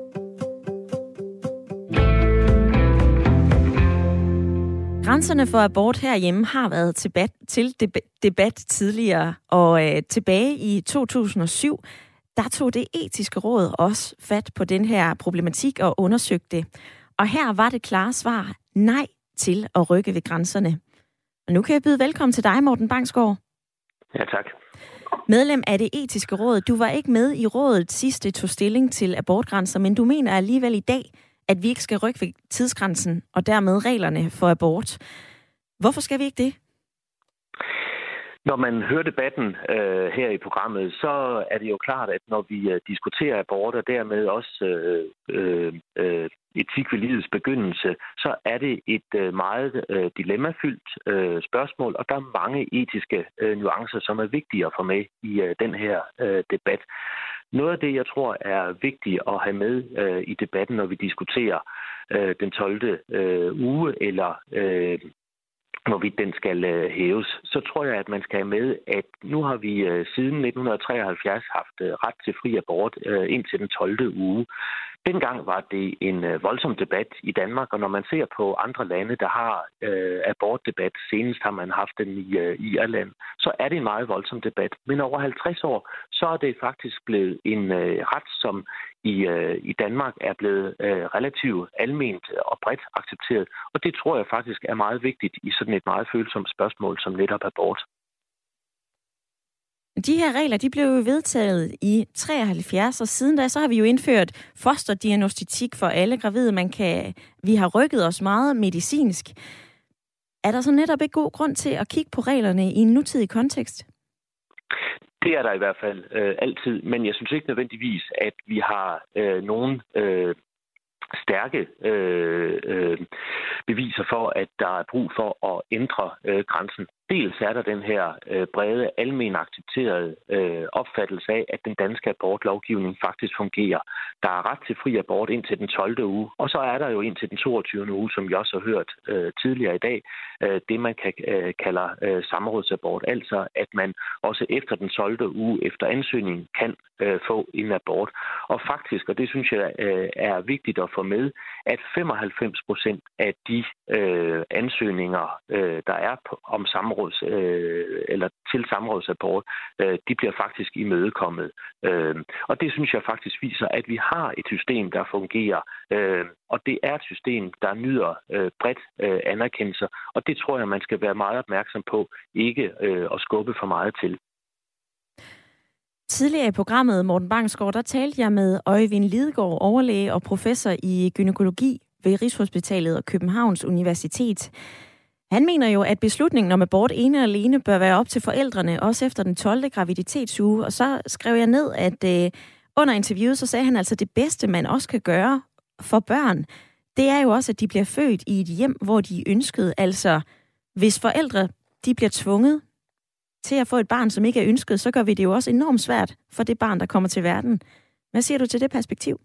Grænserne for abort herhjemme har været til debat, til debat tidligere, og øh, tilbage i to tusind og syv, der tog Det Etiske Råd også fat på den her problematik og undersøgte det. Og her var det klare svar nej til at rykke ved grænserne. Og nu kan jeg byde velkommen til dig, Morten Bangsgaard. Ja, tak. Medlem af Det Etiske Råd. Du var ikke med i rådet sidste tog stilling til abortgrænser, men du mener alligevel i dag, at vi ikke skal rykke ved tidsgrænsen og dermed reglerne for abort. Hvorfor skal vi ikke det? Når man hører debatten øh, her i programmet, så er det jo klart, at når vi øh, diskuterer abort og dermed også øh, øh, etik ved livets begyndelse, så er det et øh, meget øh, dilemmafyldt øh, spørgsmål, og der er mange etiske øh, nuancer, som er vigtige at få med i øh, den her øh, debat. Noget af det, jeg tror er vigtigt at have med øh, i debatten, når vi diskuterer øh, den tolvte Øh, uge, eller øh, hvorvidt den skal øh, hæves, så tror jeg, at man skal have med, at nu har vi øh, siden nitten treoghalvfjerds haft øh, ret til fri abort øh, indtil den tolvte uge. Dengang var det en øh, voldsom debat i Danmark, og når man ser på andre lande, der har øh, abortdebat, senest har man haft den i øh, Irland, så er det en meget voldsom debat. Men over halvtreds år, så er det faktisk blevet en øh, ret, som i, øh, i Danmark er blevet øh, relativt alment og bredt accepteret. Og det tror jeg faktisk er meget vigtigt i sådan et meget følsomt spørgsmål som netop abort. De her regler, de blev jo vedtaget i treoghalvfjerds, og siden da, så har vi jo indført fosterdiagnostik for alle gravide. Man kan, vi har rykket os meget medicinsk. Er der så netop ikke god grund til at kigge på reglerne i en nutidig kontekst? Det er der i hvert fald øh, altid, men jeg synes ikke nødvendigvis, at vi har øh, nogen øh, stærke øh, øh, beviser for, at der er brug for at ændre øh, grænsen. Dels er der den her øh, brede, almen accepterede øh, opfattelse af, at den danske abortlovgivning faktisk fungerer. Der er ret til fri abort indtil den tolvte uge, og så er der jo indtil den toogtyvende uge, som vi også har hørt øh, tidligere i dag, øh, det man kan, øh, kalder øh, samrådsabort. Altså at man også efter den tolvte uge efter ansøgningen kan øh, få en abort. Og faktisk, og det synes jeg øh, er vigtigt at få med, at femoghalvfems procent af de øh, ansøgninger, øh, der er på, om samråd, Øh, eller til samrådsabort, øh, de bliver faktisk imødekommet. Øh, og det synes jeg faktisk viser, at vi har et system, der fungerer, øh, og det er et system, der nyder øh, bredt øh, anerkendelse, og det tror jeg, man skal være meget opmærksom på, ikke øh, at skubbe for meget til. Tidligere i programmet, Morten Bangsgaard, der talte jeg med Øjvind Lidegaard, overlæge og professor i gynækologi ved Rigshospitalet og Københavns Universitet. Han mener jo, at beslutningen om abort ene og alene bør være op til forældrene, også efter den tolvte graviditetsuge. Og så skrev jeg ned, at øh, under interviewet, så sagde han altså, at det bedste, man også kan gøre for børn, det er jo også, at de bliver født i et hjem, hvor de er ønsket. Altså, hvis forældre de bliver tvunget til at få et barn, som ikke er ønsket, så gør vi det jo også enormt svært for det barn, der kommer til verden. Hvad siger du til det perspektiv?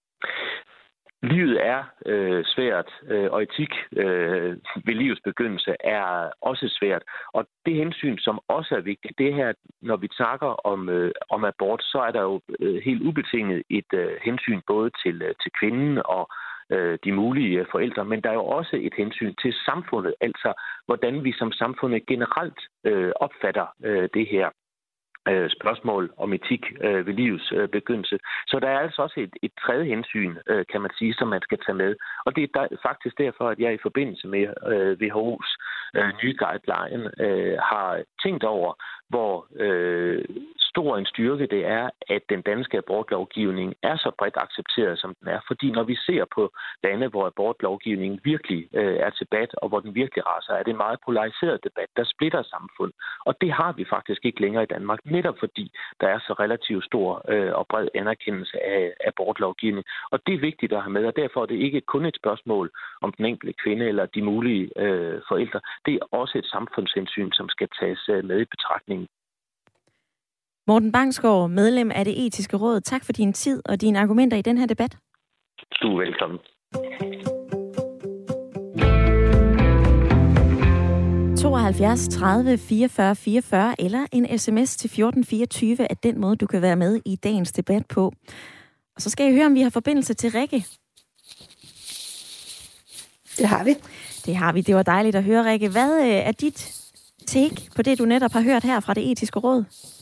Livet er øh, svært, øh, og etik øh, ved livets begyndelse er også svært. Og det hensyn, som også er vigtigt, det her, når vi snakker om, øh, om abort, så er der jo øh, helt ubetinget et øh, hensyn både til, øh, til kvinden og øh, de mulige forældre, men der er jo også et hensyn til samfundet, altså hvordan vi som samfundet generelt øh, opfatter øh, det her spørgsmål om etik øh, ved livets øh, begyndelse. Så der er altså også et, et tredje hensyn, øh, kan man sige, som man skal tage med. Og det er der, faktisk derfor, at jeg i forbindelse med øh, W H O's øh, nye guideline øh, har tænkt over, hvor øh, stor en styrke det er, at den danske abortlovgivning er så bredt accepteret, som den er. Fordi når vi ser på lande, hvor abortlovgivningen virkelig øh, er til debat, og hvor den virkelig raser, er det en meget polariseret debat, der splitter samfund. Og det har vi faktisk ikke længere i Danmark, netop fordi der er så relativt stor øh, og bred anerkendelse af abortlovgivning. Og det er vigtigt at have med, og derfor er det ikke kun et spørgsmål om den enkelte kvinde eller de mulige øh, forældre. Det er også et samfundshensyn, som skal tages øh, med i betragtning. Morten Bangsgaard, medlem af Det Etiske Råd. Tak for din tid og dine argumenter i den her debat. Du er velkommen. tooghalvfjerds tredive fireogfyrre fireogfyrre eller en sms til fjorten fireogtyve er den måde, du kan være med i dagens debat på. Og så skal jeg høre, om vi har forbindelse til Rikke. Det har vi. Det har vi. Det var dejligt at høre, Rikke. Hvad er dit take på det, du netop har hørt her fra Det Etiske Råd?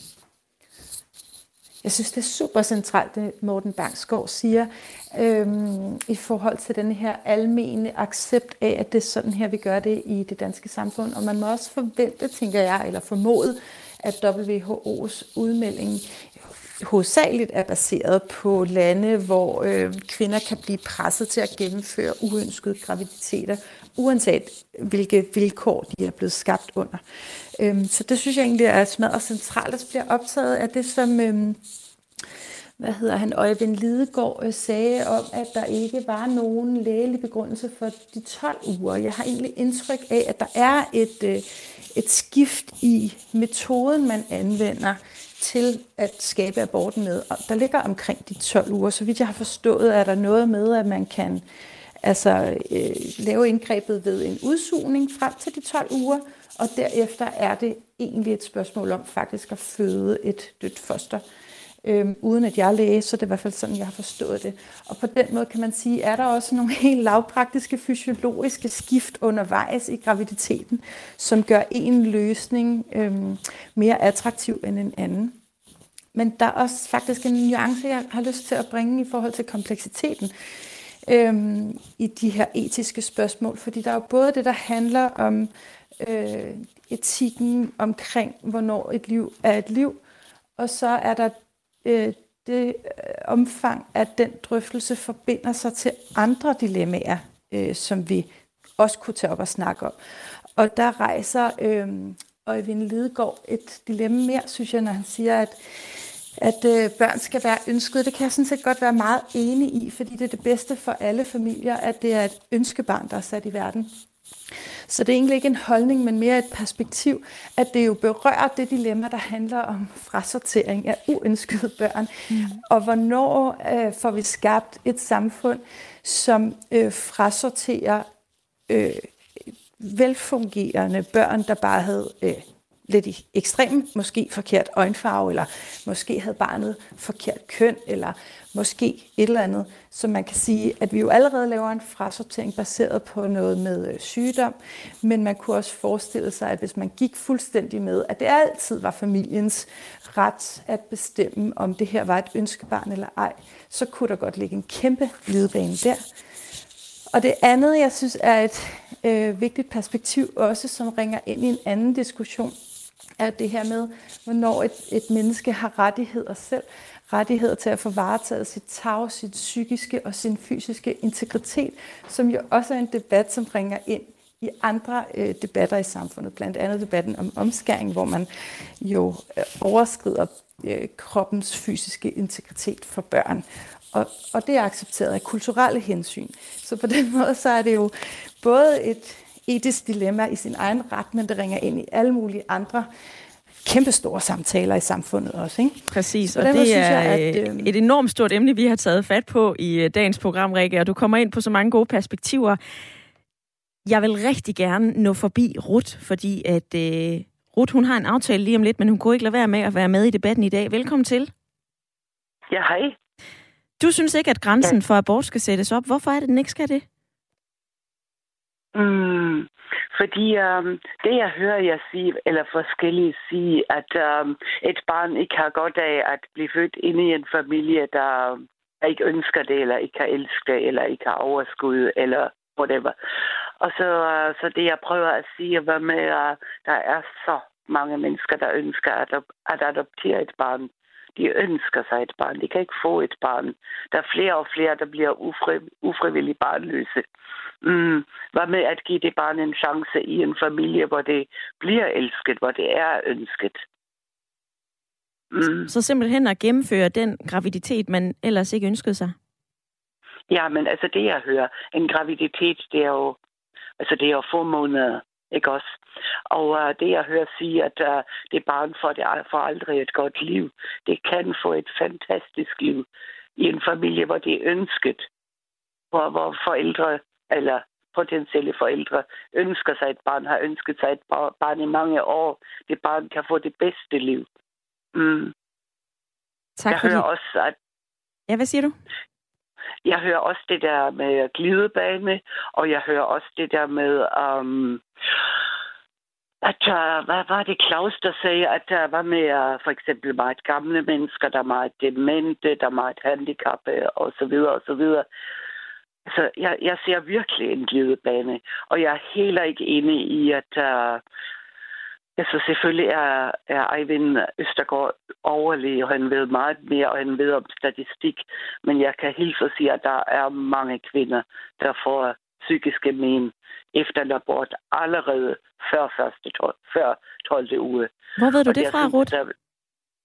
Jeg synes, det er super centralt, det Morten Bangsgaard siger, øhm, i forhold til den her almene accept af, at det er sådan her, vi gør det i det danske samfund. Og man må også forvente, tænker jeg, eller formode, at W H O's udmelding hovedsageligt er baseret på lande, hvor øh, kvinder kan blive presset til at gennemføre uønskede graviditeter, uanset hvilke vilkår de er blevet skabt under. Øhm, så det synes jeg egentlig er smadret centralt, at bliver optaget af det, som, øhm, hvad hedder han, Øjvind Lidegaard øh, sagde om, at der ikke var nogen lægelig begrundelse for de tolv uger. Jeg har egentlig indtryk af, at der er et, øh, et skift i metoden, man anvender til at skabe aborten med. Og der ligger omkring de tolv uger. Så vidt jeg har forstået, er der noget med, at man kan altså, øh, lave indgrebet ved en udsugning frem til de tolv uger, og derefter er det egentlig et spørgsmål om faktisk at føde et dødt foster. Øhm, uden at jeg er læge, så det er i hvert fald sådan, jeg har forstået det. Og på den måde kan man sige, er der også nogle helt lavpraktiske fysiologiske skift undervejs i graviditeten, som gør en løsning øhm, mere attraktiv end en anden. Men der er også faktisk en nuance, jeg har lyst til at bringe i forhold til kompleksiteten øhm, i de her etiske spørgsmål. Fordi der er jo både det, der handler om øh, etikken omkring, hvornår et liv er et liv, og så er der øh, det omfang, at den drøftelse forbinder sig til andre dilemmaer, øh, som vi også kunne tage op og snakke om. Og der rejser øh, Øjvind Lidegaard et dilemma mere, synes jeg, når han siger, at at øh, børn skal være ønskede. Det kan jeg sådan set godt være meget enig i, fordi det er det bedste for alle familier, at det er et ønskebarn, der er sat i verden. Så det er egentlig ikke en holdning, men mere et perspektiv, at det jo berører det dilemma, der handler om frasortering af uønskede børn. Mm. Og hvornår øh, får vi skabt et samfund, som øh, frasorterer øh, velfungerende børn, der bare havde øh, lidt i ekstrem, måske forkert øjenfarve, eller måske havde barnet forkert køn, eller måske et eller andet. Så man kan sige, at vi jo allerede laver en frasortering baseret på noget med sygdom, men man kunne også forestille sig, at hvis man gik fuldstændig med, at det altid var familiens ret at bestemme, om det her var et ønskebarn eller ej, så kunne der godt ligge en kæmpe glidebane der. Og det andet, jeg synes er et øh, vigtigt perspektiv også, som ringer ind i en anden diskussion, er det her med, hvornår et, et menneske har rettigheder selv. Rettigheder til at få varetaget sit tarv, sit psykiske og sin fysiske integritet, som jo også er en debat, som ringer ind i andre øh, debatter i samfundet. Blandt andet debatten om omskæring, hvor man jo øh, overskrider øh, kroppens fysiske integritet for børn. Og, og det er accepteret af kulturelle hensyn. Så på den måde så er det jo både et etisk dilemma i sin egen ret, men det ringer ind i alle mulige andre kæmpestore samtaler i samfundet også, ikke? Præcis, og det er jeg, at, øh... et enormt stort emne, vi har taget fat på i dagens program, Rikke, og du kommer ind på så mange gode perspektiver. Jeg vil rigtig gerne nå forbi Ruth, fordi at øh, Ruth, hun har en aftale lige om lidt, men hun kunne ikke lade være med at være med i debatten i dag. Velkommen til. Ja, hej. Du synes ikke, at grænsen for abort skal sættes op. Hvorfor er det, den ikke skal det? Mm, fordi um, det, jeg hører jer sige, eller forskellige sige, at um, et barn ikke har godt af at blive født ind i en familie, der ikke ønsker det, eller ikke har elsket det, eller ikke har overskud, eller whatever. Og så, uh, så det, jeg prøver at sige, var med, at uh, der er så mange mennesker, der ønsker at, at adoptere et barn. De ønsker sig et barn. De kan ikke få et barn. Der er flere og flere, der bliver ufri, ufrivilligt barnløse. Mm. Hvad med at give det barn en chance i en familie, hvor det bliver elsket, hvor det er ønsket? Mm. Så simpelthen at gennemføre den graviditet, man ellers ikke ønskede sig? Ja, men altså det, jeg hører, en graviditet, det er jo, altså det er jo få måneder. Ikke også? Og uh, det, jeg hører sige, at uh, det barn får, det, får aldrig et godt liv. Det kan få et fantastisk liv i en familie, hvor det er ønsket. Hvor, hvor forældre, eller potentielle forældre, ønsker sig et barn, har ønsket sig et barn i mange år. Det barn kan få det bedste liv. Mm. Tak jeg for hører det. også, at... Ja, hvad siger du? Jeg hører også det der med glidebane, og jeg hører også det der med, um, at uh, hvad var det Claus, der sagde, at der uh, var med uh, for eksempel meget gamle mennesker, der er meget demente, der er meget handicappede, og så videre, og så videre. Så jeg, jeg ser virkelig en glidebane, og jeg er heller ikke enig i, at uh, altså selvfølgelig er, er Eivind Østergaard overlæge, og han ved meget mere, og han ved om statistik. Men jeg kan hilse at sige, at der er mange kvinder, der får psykiske men efter en abort allerede før første tolv, før tolvte uge. Hvor ved du og det fra, Ruth?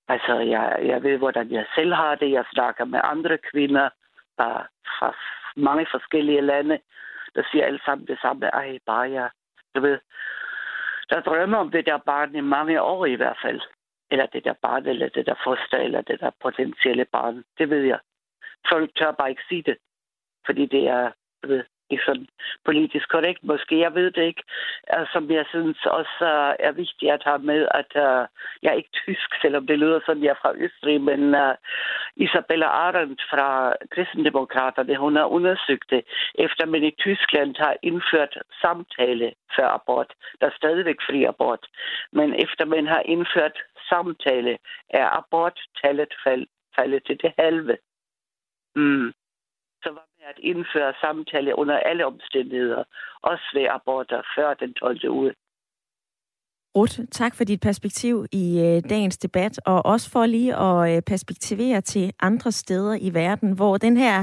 Altså, jeg, jeg ved, hvordan jeg selv har det. Jeg snakker med andre kvinder der fra mange forskellige lande, der siger alle sammen det samme. Ej, bare jeg, du ved, der drømmer om det der barn i mange år i hvert fald. Eller det der barn, eller det der foster, eller det der potentielle barn. Det ved jeg. Folk tør bare ikke sige det. Fordi det er, du ved, ikke sådan politisk korrekt. Måske, jeg ved det ikke. Som jeg synes også uh, er vigtigt at have med, at uh, jeg er ikke tysk, selvom det lyder sådan, jeg er fra Østrig, men uh, Isabella Arendt fra Kristendemokraterne, hun har undersøgt det, efter man i Tyskland har indført samtale før abort. Der er stadigvæk fri abort. Men efter man har indført samtale, er aborttallet fald, faldet til det halve. Mm. Så var med at indføre samtale under alle omstændigheder, også ved aborter før den tolvte uge. Ruth, tak for dit perspektiv i øh, dagens debat, og også for lige at øh, perspektivere til andre steder i verden, hvor den her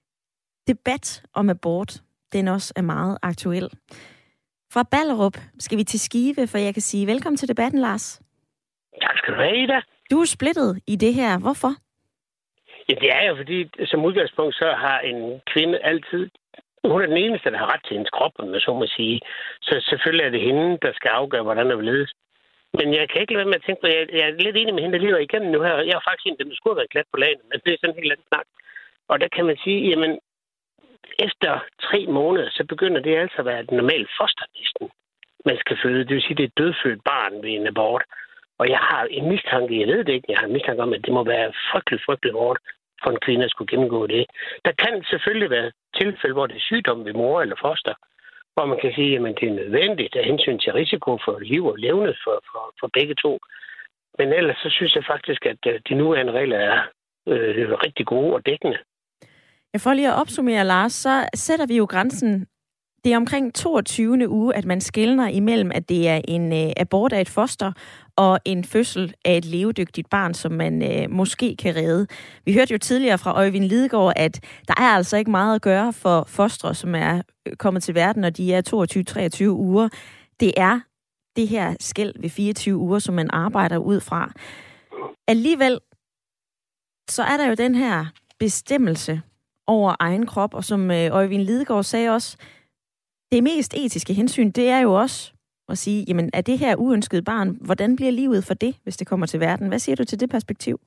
debat om abort, den også er meget aktuel. Fra Ballerup skal vi til Skive, for jeg kan sige velkommen til debatten, Lars. Tak skal du have, Ida. Du er splittet i det her. Hvorfor? Ja, det er jo fordi, som udgangspunkt, så har en kvinde altid... Hun er den eneste, der har ret til hendes krop, om man så må sige. Så selvfølgelig er det hende, der skal afgøre, hvordan der vil ledes. Men jeg kan ikke lade være med at tænke på, jeg, jeg er lidt enig med hende, der lever igennem nu her. Jeg er faktisk en, der skulle have været glat på lagen, men det er sådan en helt anden snak. Og der kan man sige, jamen, efter tre måneder, så begynder det altså at være et normalt foster næsten, man skal føde. Det vil sige, det er et dødfødt barn ved en abort. Og jeg har en mistanke, jeg ved det ikke, jeg har en mistanke om, at det må være frygtelig, frygtelig hårdt for en kvinde at skulle gennemgå det. Der kan selvfølgelig være tilfælde, hvor det er sygdom ved mor eller foster, hvor man kan sige, at det er nødvendigt af hensyn til risiko for liv og levned for, for, for begge to. Men ellers så synes jeg faktisk, at de nuværende regler er øh, rigtig gode og dækkende. Jeg får lige at opsummere, Lars, så sætter vi jo grænsen. Det er omkring toogtyvende uge, at man skelner imellem, at det er en øh, abort af et foster og en fødsel af et levedygtigt barn, som man øh, måske kan redde. Vi hørte jo tidligere fra Øjvind Lidegaard, at der er altså ikke meget at gøre for fostre, som er kommet til verden, når de er toogtyve til treogtyve uger. Det er det her skel ved fireogtyve uger, som man arbejder ud fra. Alligevel, så er der jo den her bestemmelse over egen krop, og som øh, Øjvind Lidegaard sagde også, det mest etiske hensyn, det er jo også at sige, jamen er det her uønskede barn, hvordan bliver livet for det, hvis det kommer til verden? Hvad siger du til det perspektiv?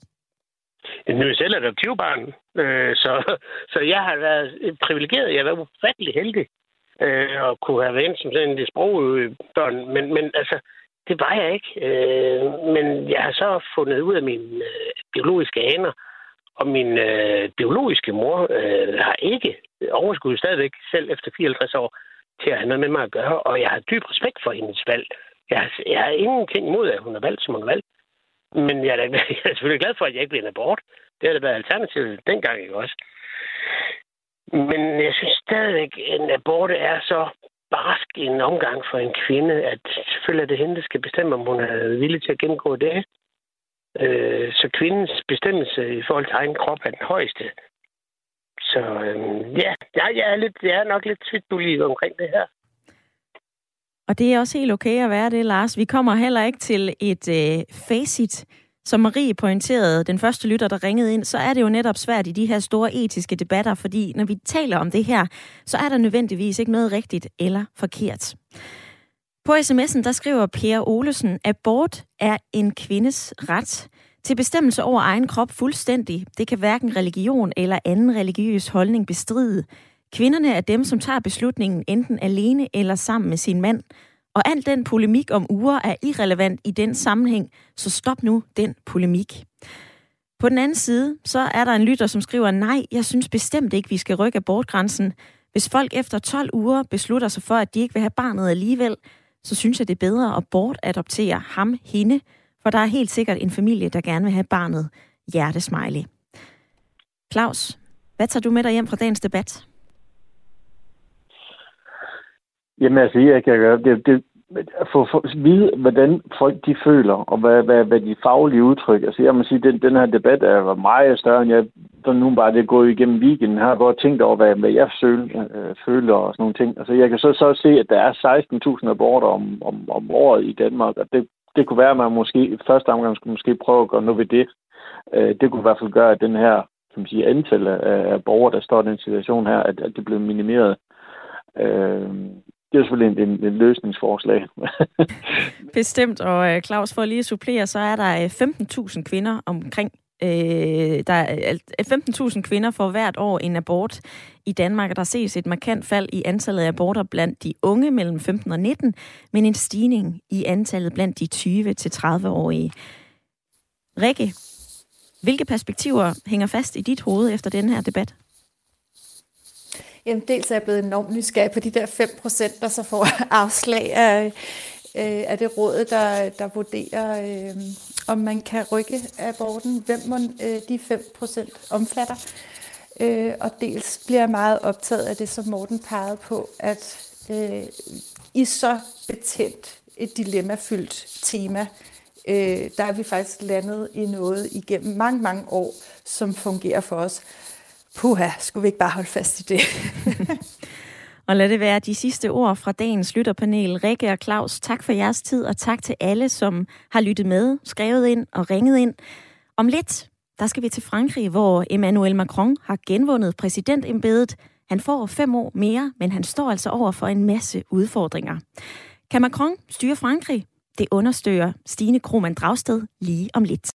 Nu er selv adoptivbarn, øh, så, så jeg har været privilegeret, jeg har været ufattelig heldig øh, og kunne have været som sådan en sprogbørn, men, men altså, det var jeg ikke. Øh, men jeg har så fundet ud af mine øh, biologiske aner, og min øh, biologiske mor øh, har ikke overskud stadigvæk, selv efter fireoghalvtreds år, til at have noget med mig at gøre, og jeg har dyb respekt for hendes valg. Jeg har, jeg har ingenting imod, at hun har valgt, som hun har valgt. Men jeg er, da, jeg er selvfølgelig glad for, at jeg ikke blev en abort. Det har da været alternativet dengang, ikke også? Men jeg synes stadigvæk, at en abort er så barsk en omgang for en kvinde, at selvfølgelig er det hende, der skal bestemme, om hun er villig til at gennemgå det. Øh, så kvindens bestemmelse i forhold til egen krop er den højeste. Så øhm, ja, jeg, jeg, er lidt, jeg er nok lidt tvivlende omkring det her. Og det er også helt okay at være det, Lars. Vi kommer heller ikke til et øh, facit. Som Marie pointerede, den første lytter, der ringede ind, så er det jo netop svært i de her store etiske debatter, fordi når vi taler om det her, så er der nødvendigvis ikke noget rigtigt eller forkert. På sms'en, der skriver Per Olesen, abort er en kvindes ret til bestemmelse over egen krop fuldstændig. Det kan hverken religion eller anden religiøs holdning bestride. Kvinderne er dem, som tager beslutningen enten alene eller sammen med sin mand. Og al den polemik om uger er irrelevant i den sammenhæng, så stop nu den polemik. På den anden side, så er der en lytter, som skriver, nej, jeg synes bestemt ikke, vi skal rykke abortgrænsen. Hvis folk efter tolv uger beslutter sig for, at de ikke vil have barnet alligevel, så synes jeg, det er bedre at bortadoptere ham, hende, for der er helt sikkert en familie, der gerne vil have barnet. Hjertesmiley. Claus, hvad tager du med dig hjem fra dagens debat? Jamen altså, jeg kan gøre det, det at få at vide, hvordan folk de føler, og hvad, hvad, hvad de faglige udtryk. Altså, jeg må sige, den, den her debat er meget større, end jeg så nu bare det gået igennem weekenden. Jeg har godt tænkt over, hvad, hvad jeg føler, øh, føler og sådan nogle ting. Altså, jeg kan så, så se, at der er seksten tusind aborter om, om, om året i Danmark, og det det kunne være, at man måske i første omgang skulle måske prøve at gøre noget ved det. Øh, det kunne i hvert fald gøre, at den her, kan man sige, antal af, af borgere, der står i den situation her, at, at det blev minimeret. Øh, det er selvfølgelig en, en, en løsningsforslag. Bestemt, og Claus, for lige at supplere, så er der femten tusind kvinder omkring Øh, der er femten tusind kvinder får hvert år en abort i Danmark, og der ses et markant fald i antallet af aborter blandt de unge mellem femten og nitten, men en stigning i antallet blandt de tyve til tredive-årige. Rikke, hvilke perspektiver hænger fast i dit hoved efter den her debat? Jamen, dels er jeg blevet enormt nysgerrig på de der fem procent, der så får afslag af, af det råd, der, der vurderer, øh, om man kan rykke aborten, hvem må øh, de fem procent omfatter. Øh, og dels bliver jeg meget optaget af det, som Morten pegede på, at øh, i så betændt et dilemmafyldt tema, øh, der er vi faktisk landet i noget igennem mange, mange år, som fungerer for os. Puha, skulle vi ikke bare holde fast i det? Og lad det være de sidste ord fra dagens lytterpanel. Rikke og Claus, tak for jeres tid, og tak til alle, som har lyttet med, skrevet ind og ringet ind. Om lidt, der skal vi til Frankrig, hvor Emmanuel Macron har genvundet præsidentembedet. Han får fem år mere, men han står altså over for en masse udfordringer. Kan Macron styre Frankrig? Det understøtter Stine Krohmann Dragsted lige om lidt.